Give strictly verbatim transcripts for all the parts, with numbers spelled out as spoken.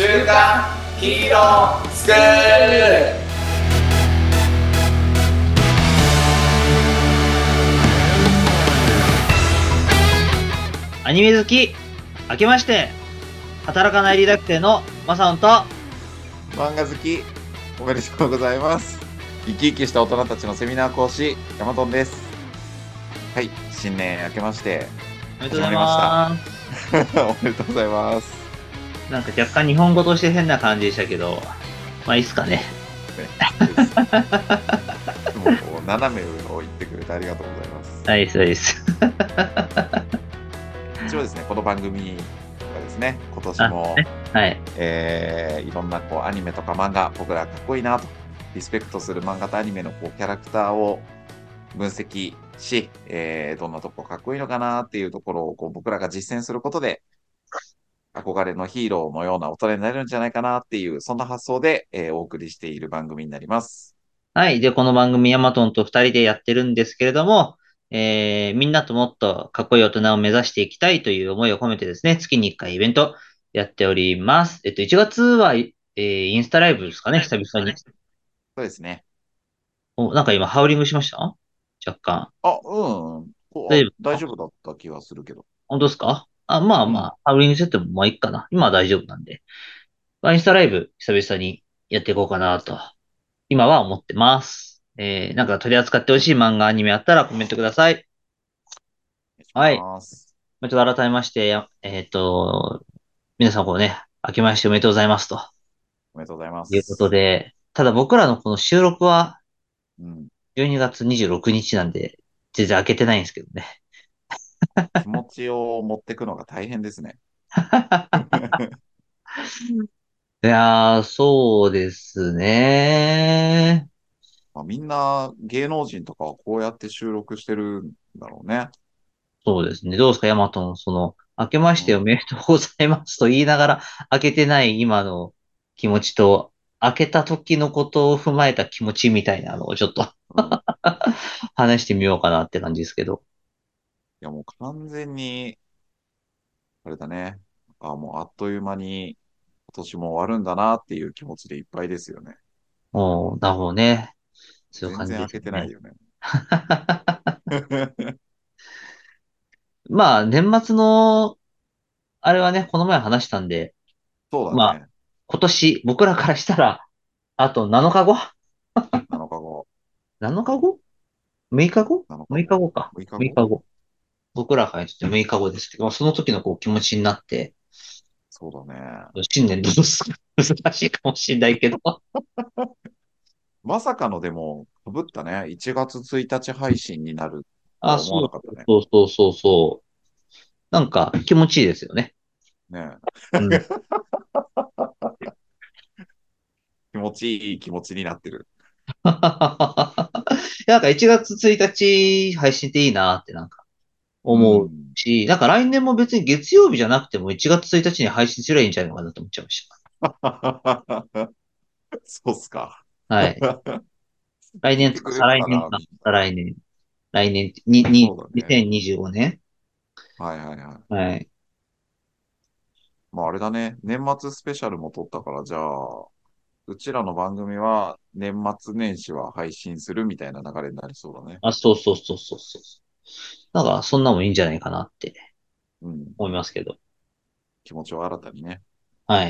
週刊ヒーロースクール。 アニメ好き、明けまして、働かない留学生のマサオンと、 漫画好き、おめでとうございます。生き生きした大人たちのセミナー講師、ヤマトンです。はい、新年明けまして、 おめでとうございます。 おめでとうございます。 なんか若干日本語として変な感じでしたけど、まあいいっすかね。 ねもう斜め上を言ってくれてありがとうございます。 はい、そうです。 一応ですね、この番組がですね、今年も、 はい、 えー、いろんなこうアニメとか漫画、僕らかっこいいなと、リスペクトする漫画とアニメのこうキャラクターを分析し、えー、どんなとこかっこいいのかなっていうところをこう僕らが実践することで、憧れのヒーローのような大人になれるんじゃないかなっていう、そんな発想で、えー、お送りしている番組になります。 はい。で、この番組ヤマトンと二人でやってるんですけれども、えー、みんなともっとかっこいい大人を目指していきたいという思いを込めてですね、月にいっかいイベントやっております。えっと、いちがつは、えー、インスタライブですかね、久々に。 そうですね。 お、なんか今、ハウリングしました？若干。 あ、うん。こうあ大丈夫ですか？ 大丈夫だった気がするけど。 本当ですか？あ、まあうん。 まあ、ハウリングしててもまあいいかな。今は大丈夫なんで。まあインスタライブ、久々にやっていこうかなと、今は思ってます。えー、なんか取り扱ってほしい漫画、アニメあったらコメントください。 お願いしはい。 ます。 まあちょっと改めまして、やえっと、皆さんこうね、明けましておめでとうございますとおめでとうございまいうことす。 で、ただ僕らのこの収録はうん。 じゅうにがつにじゅうろくにちなんで、全然明けてないんですけどね。 気持ちを持っていくのが大変ですね。 いやー、そうですね。 まあ、みんな芸能人とかはこうやって収録してるんだろうね。 そうですね。どうですか、ヤマトの、その、明けましておうん。 めでとうございますと言いながら、明けてない今の気持ちと、明けた時のことを踏まえた気持ちみたいなのをちょっとうん。い話してみようかなって感じですけど。 やもう完全に、あれだね。あ、もうあっという間に今年も終わるんだなっていう気持ちでいっぱいですよね。 おー、なるほどね。そういう感じ全然開けですね。 てないよね。 まあ、年末の、あれはね、この前話したんで、まあ、 そうだね。 今年、僕らからしたら、あとなのかご？ なのかご、 なのかご？ むい 日後？ なのかむい 日ご、 後か。 6日 6 後日後。僕らからしてむいかごですけど、まあその時のこう気持ちになって、 そうだね。 新年どうする難しいかもしれないけど。 まさかのでも、かぶったね。いちがつついたち配信になるとあ、 は思わそうなかったね。 そうそうそうそう。なんか気持ちいいですよね。 ねうん。 気持ちいい気持ちになってる。 なんかいちがつついたち配信っていいなってなんかう思うん。 し、なんか来年も別に月曜日じゃなくてもいちがつついたちに配信すればいいんじゃないのかなと思っちゃいましそうっすか。 た。はい。来年とか聞いてくれるかな、 再来年か。 みんな。 再来年。来年、に、に、 そうだね。 にせんにじゅうごねはいはいはい。 ん。はい。 まああれだね。年末スペシャルも撮ったから、じゃあ、うちらの番組は年末年始は配信するみたいな流れになりそうだね。 あ、そうそうそうそうそう。だからそんなもんいいんじゃないかなってうん。 思いますけど。 気持ちを新たにね。 はい。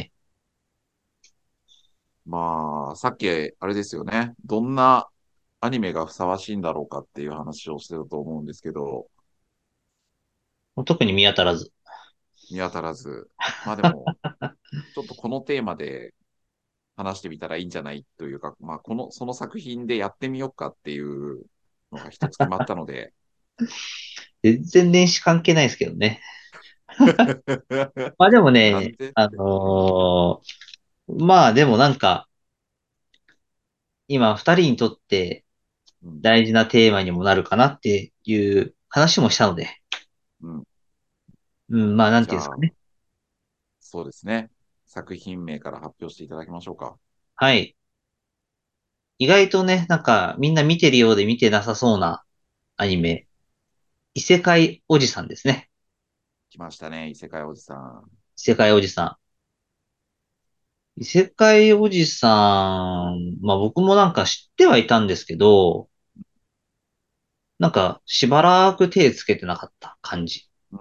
まあ、さっきあれですよね。どんなアニメがふさわしいんだろうかっていう話をしてたと思うんですけど、 特に見当たらず。 見当たらず。まあでも、ちょっとこのテーマで話してみたらいいんじゃないというか、まあ、この、その作品でやってみようかっていうのが一つ決まったので、 全然年始関係ないですけどね。まあでもね、 なんでっあて、うん、 のーまあでもなんか、今二人にとってうん、 大事なテーマにもなるかなっていう話もしたので、 うん。 うん、まあなんじゃあ、 ていうんですかね。 そうですね。作品名から発表していただきましょうか。 はい。意外とね、なんかみんな見てるようで見てなさそうなアニメ、異世界おじさんですね。 来ましたね、異世界おじさん。 異世界おじさん。 異世界おじさん、まあ僕もなんか知ってはいたんですけど、なんかしばらく手つけてなかった感じ。 うん。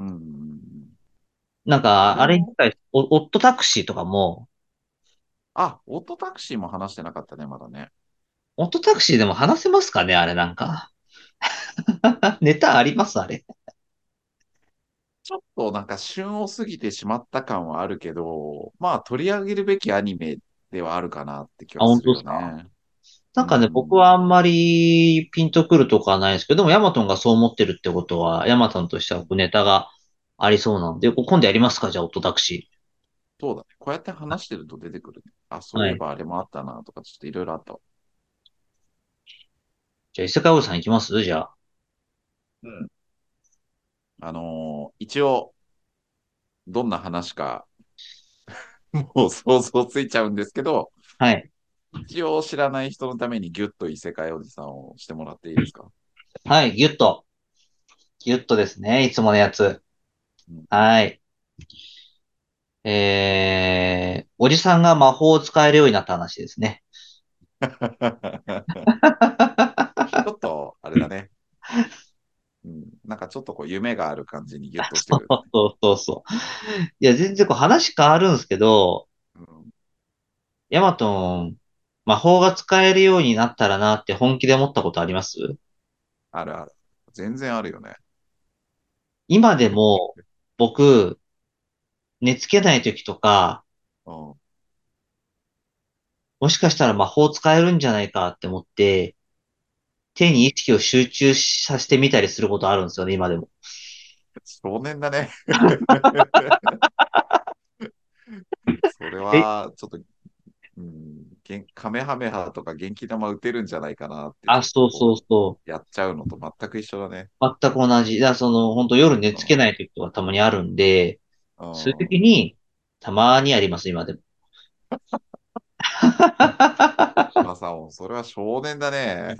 なんか、あれに俺も、 近い、おオットタクシーとかも、 あ、オートタクシーも話してなかったね、まだね。 オットタクシーでも話せますかねあれなんか。ネタありますあれ。 ちょっとなんか旬を過ぎてしまった感はあるけど、まあ取り上げるべきアニメではあるかなって気あ、 はする本当ですか？ よね。うなんかね、僕ん。 はあんまりピンとくるとかはないですけど、でもヤマトンがそう思ってるってことは、ヤマトンとしてはこうネタがありそうなんで、こう今度やりますかじゃあ、オットタクシそうだね。こうやって話してると出てくるね。あ、 ー。はい。 そういえばあれもあったなとか、ちょっといろいろあったわ。 じゃあ、伊勢海おじさん行きますじゃあ。 うん。あのー一応、どんな話か、もう想像ついちゃうんですけど、 はい。 一応知らない人のためにギュッと異世界おじさんをしてもらっていいですか？ はい、ギュッと。ギュッとですね。いつものやつ。 うん。 はい。えー、おじさんが魔法を使えるようになった話ですね。 ちょっと、あれだね。うん。なんかちょっとこう夢がある感じにギュッとしてそうくるね。 そうそうそう。いや、全然こう話変わるんですけど、 うん。 ヤマトン、魔法が使えるようになったらなって本気で思ったことあります？ あるある。全然あるよね。 今でも僕、寝つけない時とか、 うん。 もしかしたら魔法使えるんじゃないかって思って、手に意識を集中させてみたりすることあるんですよね、今でも。 少年だね。それえ、 は、ちょっと、うん、げんカメハメハとか元気玉打てるんじゃないかなって、ちあ、 ょっとそうそうこそう、やっちゃうのと全く一緒だね。 う。全く同じ。だからその、本当夜寝うん。 つけない時とかたまにあるんで、 うそういうん。 時に、たまにあります、今でも。 島さん、それは少年だね。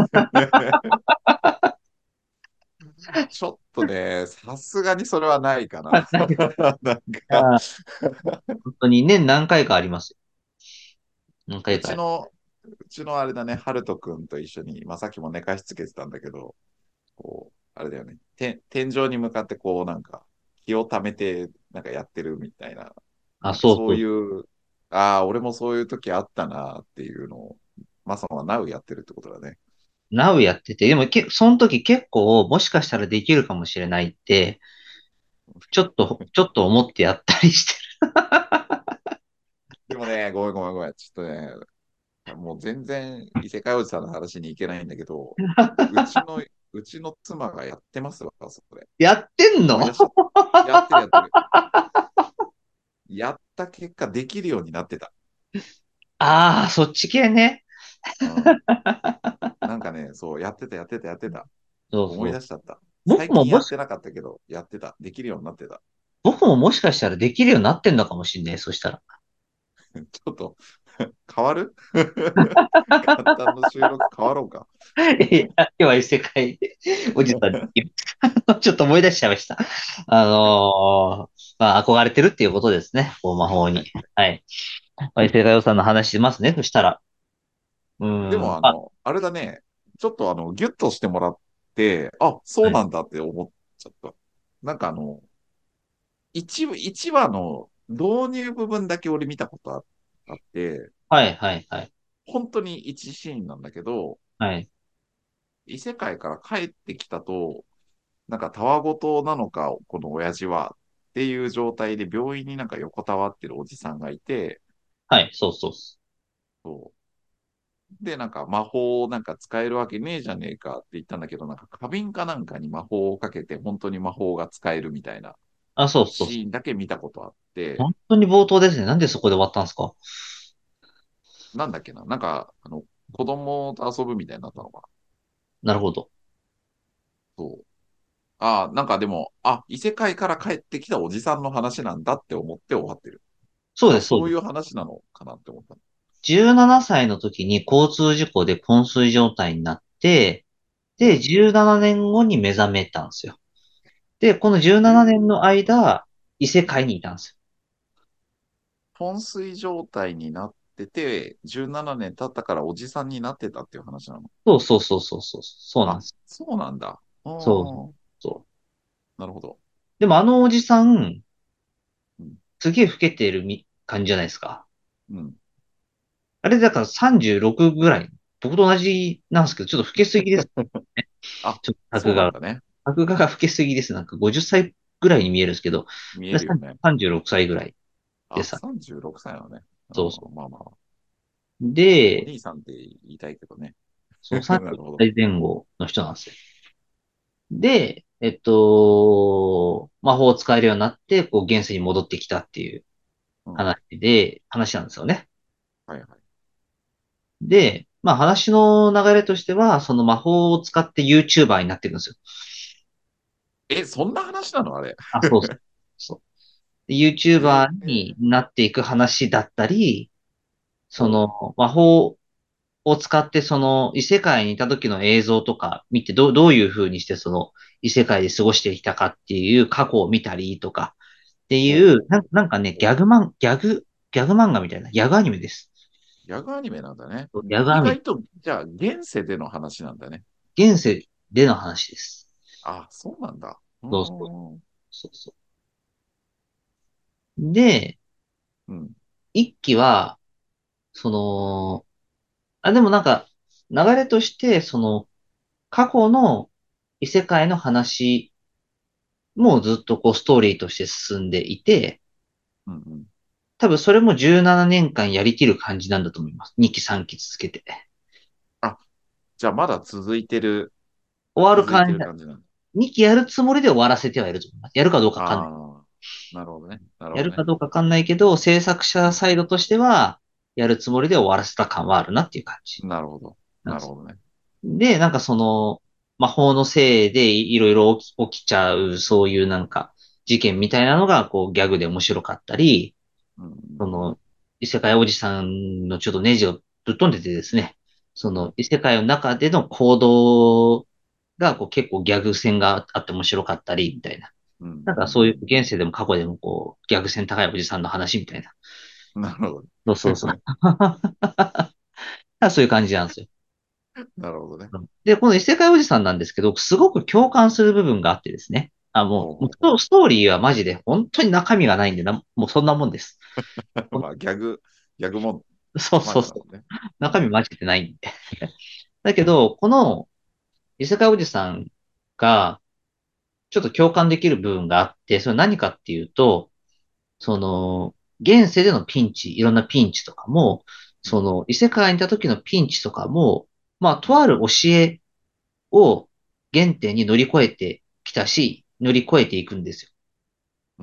ちょっとね、さすがにそれはないかな。なんか、 あ本当に年何回かありますよ。何う回かある。 ちの、うちのあれだね、ハルト君と一緒に、まあ、さっきも寝かしつけてたんだけど、こう、あれだよね、て天井に向かってこう、なんか、気を溜めて、なんかやってるみたいな、 あ、 なんかそういそうそう。 う、ああ、俺もそういう時あったなっていうのを、マサはナウやってるってことだね。 ナウやってて、でもけ、その時結構もしかしたらできるかもしれないって、ちょっと、ちょっと思ってやったりしてでもね、ごめんごめんごめん。ちょっとね、もう全然異世界おじさんの話に行けないんだけど、 る。 うちの、うちの妻がやってますわ、それ。 やってんの？ 思い出しちゃった。やってるやってる。やった結果できるようになってた。 ああー、そっち系ね。 うん。なんかね、そう、やってたやってたやってた。思いそうそう。 出しちゃった。最僕ももし、 近やってなかったけど、やってた。できるようになってた。 僕ももしかしたらできるようになってんのかもしんない。そしたら。 ちょっと変わる簡単の収録変わろうか。 いや、今日は異世界おじさんにちょっと思い出しちゃいました。あのーまあ、憧れてるっていうことですね。こう魔法に。 はいはい。まあ、異世界おじさんの話しますね。そしたら。うでーん。あ、 も、あの、あれだね、ちょっとあの、ギュッとしてもらって、あ、そうはい。 なんだって思っちゃった。なんかあの、一話、一話の導入部分だけ俺見たことああって、 はい、はい、はい。 本当に一シーンなんだけど、 はい。 異世界から帰ってきたと、なんかたわごとなのか、この親父はっていう状態で病院になんか横たわってるおじさんがいて、 はい、そうそうっす。 そうで、なんか魔法をなんか使えるわけねえじゃねえかって言ったんだけど、なんか花瓶かなんかに魔法をかけて本当に魔法が使えるみたいなあ、そうそうっす。 シーンだけ見たことあって、 本当に冒頭ですね。なんでそこで終わったんですか？ なんだっけな、なんかあの子供と遊ぶみたいになったのかな。 なるほど。 そう。ああ、なんかでも、あ、異世界から帰ってきたおじさんの話なんだって思って終わってる。あ、 そうです、そうです。 そういう話なのかなって思った。 じゅうななさいの時に交通事故で昏睡状態になって、で、 うん。 じゅうななねんごに目覚めたんですよ。で、この17年のえー間、異世界にいたんですよ。 昏睡状態になっってて、じゅうななねん経ったからおじさんになってたっていう話なの？ そうそうそうそうそう。そうなんあ、 です。 そうなんだ。あそうそうー、 そう。 なるほど。 でもあのおじさん、 うん。 すげえ老けてるみ感じじゃないですか。 うん。 あれだからさんじゅうろくぐらい。僕と同じなんですけど、ちょっと老けすぎです。 あ、 ちょっと作画が。 そうなんだね。 作画が老けすぎです。なんかごじゅっさいぐらいに見えるんですけど、 見えるよね。 さんじゅうろくさいぐらいであ、 さ。 さんじゅうろくさいなのね。あそうそー、まあまあ。 う。で、 お兄さんって言いたいけどね。 そうなるほど。 さんじゅうろくさい前後の人なんですよ。で、えっと、魔法を使えるようになって、こう現世に戻ってきたっていううん。 話で、話なんですよね。 はいはい。 で、まあ話の流れとしては、その魔法を使って YouTuber になってるんですよ。 え、そんな話なのあれ？ あ、そうそう。そう。でえ YouTuber にー、 なっていく話だったり、そおう、 の魔法を使ってその異世界にいた時の映像とか見て、どう、どういう風にしてその異世界で過ごしてきたかっていう過去を見たりとかっておう、 いう、なんなんかね、ギャグマン、ギャグ、ギャグ漫画みたいな、ギャグアニメです。 ギャグアニメなんだね。 ギャグアニメ。 意外と、じゃあ、現世での話なんだね。 現世での話です。 あ、そうなんだ。うそうそうーん。 そうそう。で、 うん。 一期は、その、あ、でもなんか、流れとして、その、過去の異世界の話もずっとこうストーリーとして進んでいて、 うんうん。 多分それもじゅうななねんかんやりきる感じなんだと思います。にきさんき続けて。 あ、じゃあ、まだ続いてる、 終わる続いて感じだ。 る感じなんだ。 にきやるつもりで終わらせてはいると思います。やるかどうかわかんない。 ああ、なるほどね。なるほやるかどね。 どうかわかんないけど、制作者うん。 サイドとしては、やるつもりで終わらせた感はあるなっていう感じなるほど。 なんです。 なるほどね。 で、なんかその、魔法のせいでいろいろ起き、起きちゃう、そういうなんか、事件みたいなのが、こう、ギャグで面白かったり、 うんうんその、異世界おじさんのちょっとネジをぶっ飛んでてですね、そうんの異世界の中での行動がこう結構ギャグ戦があって面白かったり、みたいな。 うんうんなんかそういう現世でも過去でもこう、ギャグ戦高いおじさんの話みたいな。 うん。なるほど。 そうそうそう。そういう感じなんですよ。 なるほどね。 で、この異世界おじさんなんですけど、すごく共感する部分があってですね。あ、もう、もうほうほうほストストーリーはマジで本当に中身がないんでな、もうそんなもんです。 う。まあ、ギャグ、ギャグもそうそうそう。 漫画なんでね。うん。 中身マジでないんで。だけど、この異世界おじさんがちょっと共感できる部分があって、それ何かっていうと、その、現世でのピンチ、いろんなピンチとかも、その、異世界にいた時のピンチとかも、まあ、とある教えを原点に乗り越えてきたし、乗り越えていくんですよ。 うん。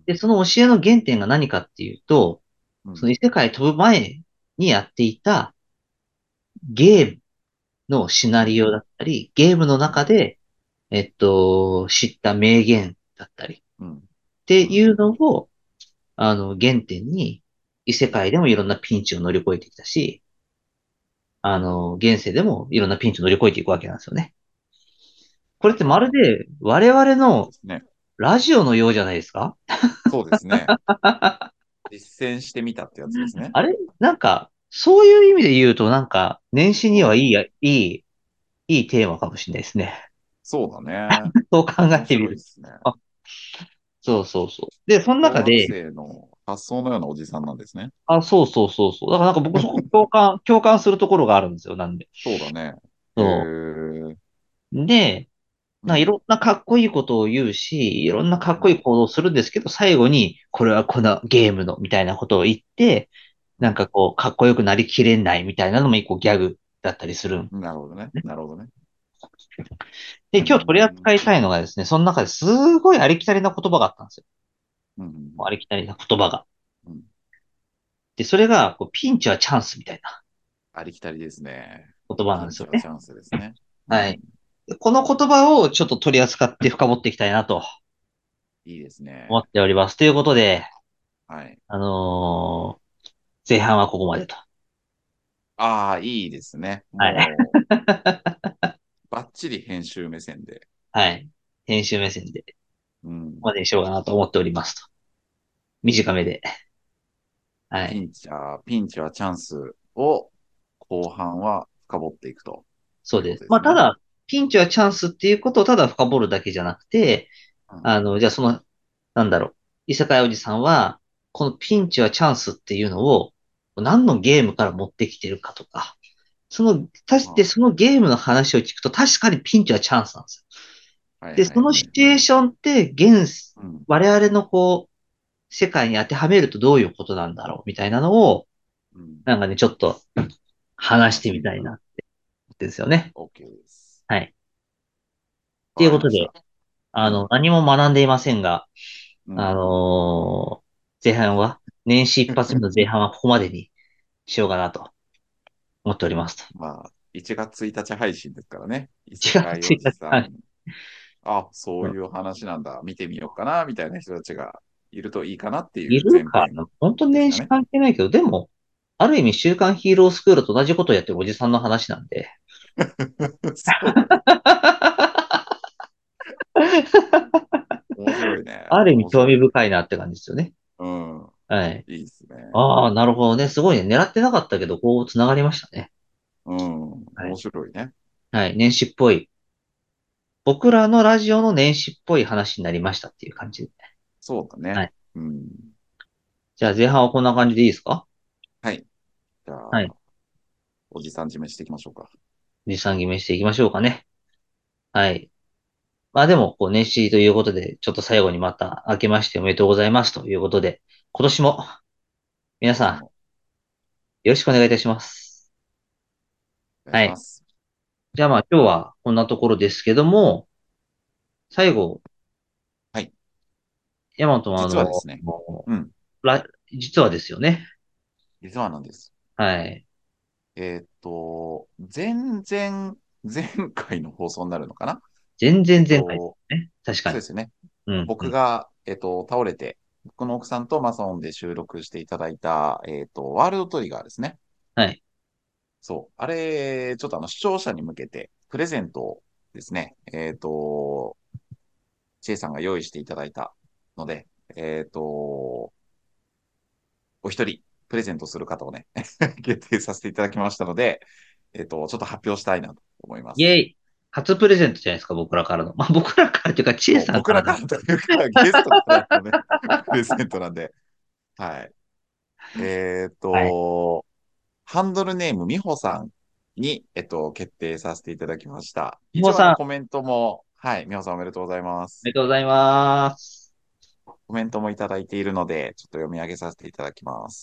で、その教えの原点が何かっていうと、 うん。 その異世界飛ぶ前にやっていたゲームのシナリオだったり、ゲームのうん。 中で、えっと、知った名言だったり、っうん。 てうん。 いうのを、あの、原点に、異世界でもいろんなピンチを乗り越えてきたし、あの、現世でもいろんなピンチを乗り越えていくわけなんですよね。これってまるああ、 で我々のそうですね。 ラジオのようじゃないですか？ そうですね。実践してみたってやつですね。 あれなんか、そういう意味で言うと、なんか、年始うん。 にはいいや、いい、いいテーマかもしれないですね。 そうだね。 そう考え面てみる。 白いですね。 あ、そうそうそう。で、その小学中で、 生の発想のようなおじさんなんですね。 あ、そうそうそうそう。だからなんか僕そこ共感、共感するところがあるんですよ。なんで。 そうだね。へそえ。 う。で、なんかいうん。 ろんなかっこいいことを言うし、いろんなかっうん。 こいい行動をするんですけど、最後に、これはこのゲームの、みたいなことを言って、なんかこう、かっこよくなりきれないみたいなのも一個ギャグだったりするんなるほどね。 ね。 なるほどね。 で、 う今日取りん。 扱いたいのがですね、その中ですごいありきたりな言葉があったんですよ。 うん。 ありきたりな言葉が。 うん。 で、それが、こうピンチはチャンスみたいなありきたりですね。 言葉なんピですよね。 ンチはチャンスですね。うん。 はい。でこの言葉をちょっと取り扱って深掘っていきたいなといいです思っね。 ております。ということで、 はい。 あのー前半はここまでと。 ああ、いいですね。 はい。 もう、バッチリ編集目線で。 はい。編集目線で、こうん。 こまでにしようかなと思っておりますと。短めで。 ピはい。 ンチは、ピンチはチャンスを後半は深掘っていくというこそうです。まあ、 とですね。 ただ、ピンチはチャンスっていうことをただ深掘るだけじゃなくて、 うん。 あの、じゃあその、なんだろう。伊坂おじさんは、このピンチはチャンスっていうのを、何のゲームから持ってきてるかとか、その、たしあ、 てそのゲームの話を聞くと確かにピンチはチャンスなんですよ。で、 はいはいそのはいはい。 シチュエーションって現、 うん。 我々のこう、世界に当てはめるとどういうことなんだろうみたいなのを、 うん。 なんかね、ちょっと話して話していくと。 みたいなって言ってんですよね。 OK です。 はい。っていうことで、 わかりました。うん。 あの、何も学んでいませんが、あうん。 のー前半は、年始一発目の前半はここまでにしようかなと思っておりますと。 まあ、いちがつついたち配信ですからね。異世違う、 界お違う。はい。 じさん。あ、そういう話なんだ。見てみようかな、みたいな人たちがいるといいかなっていいう前編るかな。本当年始ですかね。 関係ないけど、でも、ある意味週刊ヒーロースクールと同じことをやってるおじさんの話なんで。 そうだね。面白いね。 ある意味興味面白い。 深いなって感じですよね。 うん。 はい。 いいですね。 ああ、なるほどね。すごいね。狙ってなかったけど、こう繋がりましたね。 うん。面はい。 白いね。 はい。年始っぽい。僕らのラジオの年始っぽい話になりましたっていう感じで。 そうだね。 はい。 うん。 じゃあ前半はこんな感じでいいですか？ はい。じゃはい。 あ、おじさん締めしていきましょうか。 持参決めしていきましょうかね。はい。まあでも、こう、年始ということで、ちょっと最後にまた明けましておめでとうございますということで、今年も皆さん今年もよろしくお願いいたします。 お願いはい。 します。 じゃあまあ今日はこんなところですけども、最後、 はい。 ヤマトはあの、 実はですね。うん。 ら実はですよね。 実はなんです。 はい。 えーっと、前々、前回の放送になるのかな。 全えっ然前回でと、 すね。確かに。 そうですね。 うん、うん。 僕が、えっと、倒れて、僕の奥さんとマサオンで収録していただいた、えっと、ワールドトリガーですね。 はい。 そう。あれ、ちょっとあの、視聴者に向けて、プレゼントをですね、えっと、チェイさんが用意していただいたので、えっと、お一人、プレゼントする方をね、決定させていただきましたので、えっと、ちょっと発表したいなと思います。 イェイ。初プレゼントじゃないですか、僕らからの。まあ僕らからというか、チエそう、 さんからの。 僕らからというか、ゲストからのね、プレゼントなんで、はい。えっはい。 と、ハンドルネームみほさんに、えっと、決定させていただきました。一応、あの、 みほさん、 コメントも、はい、みほさんおめでとうございまおめす。 でとうございます。 コメントもいただいているので、ちょっと読み上げさせていただきます。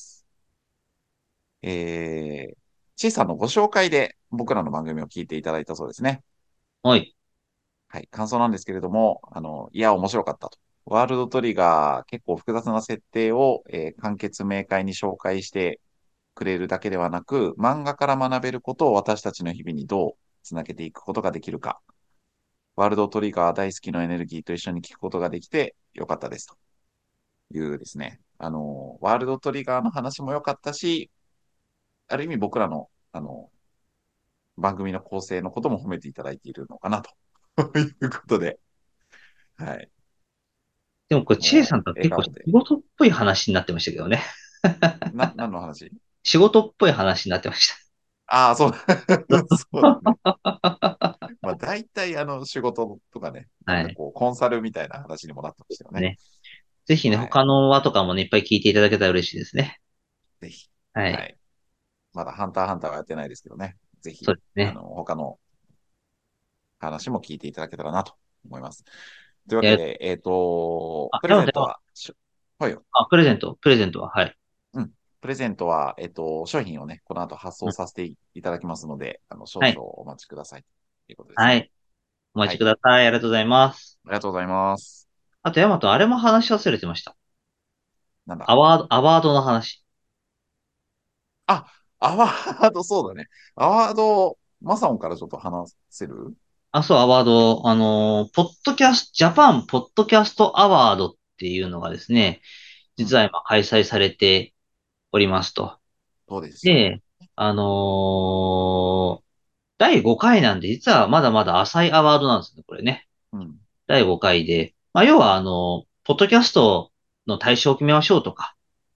えー、ちいさんのご紹介で僕らの番組を聞いていただいたそうですね。 はい。 はい、感想なんですけれども、あの、いや、面白かったと。ワールドトリガー、結構複雑な設定を、えー簡潔明快に紹介してくれるだけではなく、漫画から学べることを私たちの日々にどうつなげていくことができるか。ワールドトリガー大好きのエネルギーと一緒に聞くことができてよかったですというですね。あの、ワールドトリガーの話も良かったし、ある意味僕らの、あの、番組の構成のことも褒めていただいているのかなということで、はい。 でもこれ、チエさんもう、 とは結構仕笑顔で。 事っぽい話になってましたけどね。 な、何の話？ 仕事っぽい話になってましああ、そう、そうだね。 た。 まあ、大体、あの、仕事とかね、なんはい。 かこう、コンサルみたいな話にもなってましたよね。 ね。ぜひね、 はい。 他の輪とかもね、いっぱい聞いていただけたら嬉しいですね。 ぜひ。 はい。 はい。まだハンターハンターはやってないですけどね。ぜひ、 そうですね。 あの、他の話も聞いていただけたらなと思います。というわけやで、えっ、と、 あ、 プレ山本山本ゼントは、しはいよ。 あ、プレゼント、プレゼントは、はい。 うん。プレゼントは、えっ、と、商品をね、この後発送うん。 させていただきますので、あの、少はい。 々お待ちください。ということですね。 はい。お待ちくはい。 ださい。ありがとうございます。 ありがとうございます。 あと、ヤマト、あれも話し忘れてました。 なんだ。 アワード、アワードの話。 あ、アワード、そうだね。アワード、マサオンからちょっと話せる？ あ、そう、アワード、あのーポッドキャスト、ジャパンポッドキャストアワードっていうのがですね、 うん。 実は今開催されておりますと。 そうです。 で、あのーだいごかいなんで、実はまだまだ浅いアワードなんですね、これね。 うん。 だいごかいで。まあ、要は、あの、ポッドキャストの対象を決めましょうとか、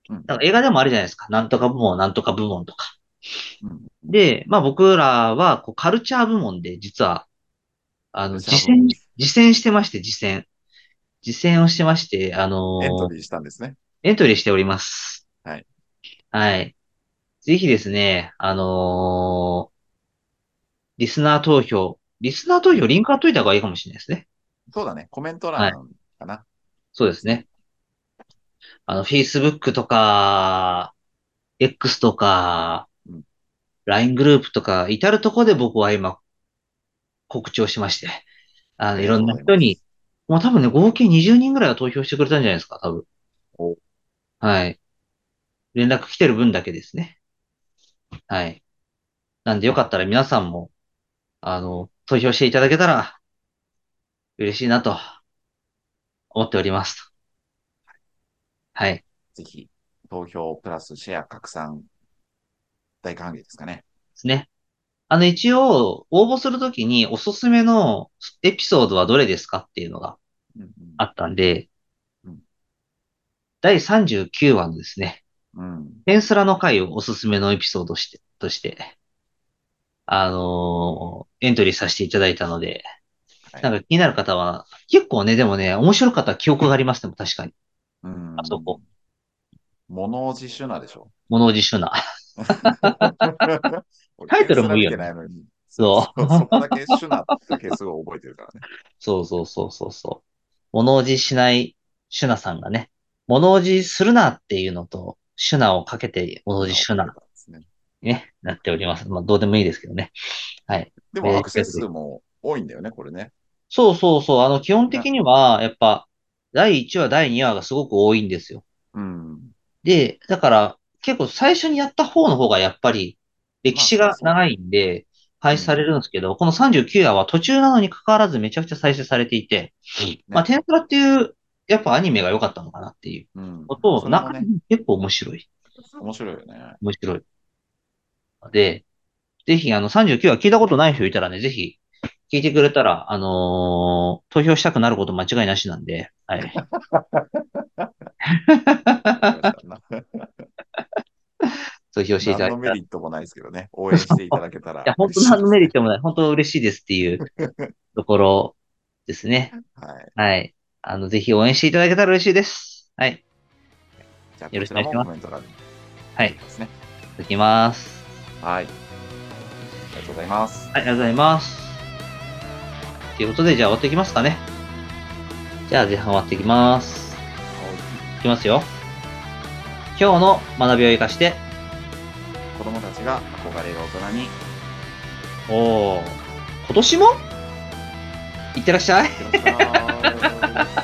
うんだから映画でもあるじゃないですか。なんとか部門、なんとか部門とか。 うん。 で、まあ僕らは、こう、カルチャー部門で、実は、あの、 カルチャー実践、 部門です。 実践してまして、実践。実践をしてまして、あのーエントリーしたんですね。 エントリーしております。 はい。 はい。ぜひですね、あのーリスナー投票。リスナー投票、リンク貼っといた方がいいかもしれないですね。 そうだね。コメントはい。 欄かな。 そうですね。あの、Facebook とか、X とか、 うん。 ライン グループとか、至るところで僕は今告知をしまして、あの、いろんありがとうごな人に、 ざいます。 もう多分ね、合計にじゅうにんぐらいは投票してくれたんじゃないですか、多分。 お、 はい。連絡来てる分だけですね。はい。なんでよかったら皆さんも、あの、投票していただけたら嬉しいなと思っております。はい。でぜひ、投票プラスシェア拡散、大歓迎ですかね。 すね。あの、一応、応募するときにおすすめのエピソードはどれですかっていうのがうんあったんで、 うん。 だいさんじゅうきゅうわのですね、 うん。うん。 ペンスラの回をおすすめのエピソードして、として、あのーエントリーさせていただいたので、 はい。 なんか気になる方は、結構ね、でもね、面白かった記憶がありますね、確かに。 うあそこ。 ん。物おじシュナでしょ。 物おじしゅな。 俺、 タイトペンスラ見てルもいいよね。 ないのに、そうそそう、そこだけシュナだけすごい覚えてるからね。 そうそうそうそうそう。物おじしないシュナさんがね、物おじするなっていうのと、シュナをかけて物おシュナをかけじシュナたんですね。 にね、なっております。まあ、どうでもいいですけどね。はい。 でも、 メーアクセスルしてくれ数も多いんだよね、これね。 そうそうそう。あの、基本な、 的には、やっぱ、だいいちわ、だいにわがすごく多いんですよ。 うん。 で、だから、結構最初にやった方の方がやっぱり、歴まあ、 史そりゃが長そうだね。 いんで、配信されるんうん。 ですけど、このさんじゅうきゅうわは途中なのに関わらずめちゃくちゃ再生されていて、まあ、 ね。 テンスラっていう、やっぱアニメが良かったのかなっていううん。 ことを、 それもね、 中身結構面白い。 面白いよね。 面白い。ので、ぜひ、あの、さんじゅうきゅうわ聞いたことない人いたらね、ぜひ、聞いてくれたら、あのー投票したくなること間違いなしなんで、はい。 わかりました。な投票していた何だけたら。 のメリットもないですけどね。応援していただけたいや、 ら嬉本当何のしいですね。 メリットもない。本当嬉しいですっていうところですね。 はい。 はい。あの、ぜひ応援していただけたら嬉しいです。はい。 じゃあ、 よろしこちらもくお願いします。 コメント欄にはい。 書きますね。 続きます。 はい。ありがとうございます。 はい、ありがとうございます。ということで、じゃあ終わっていきますかね。じゃあ前半終わっていきます。いきますよ。今日の学びを生かして、 子供たちが憧れる大人に、 おー、今年もいってらっしゃい。 いってらっしゃい。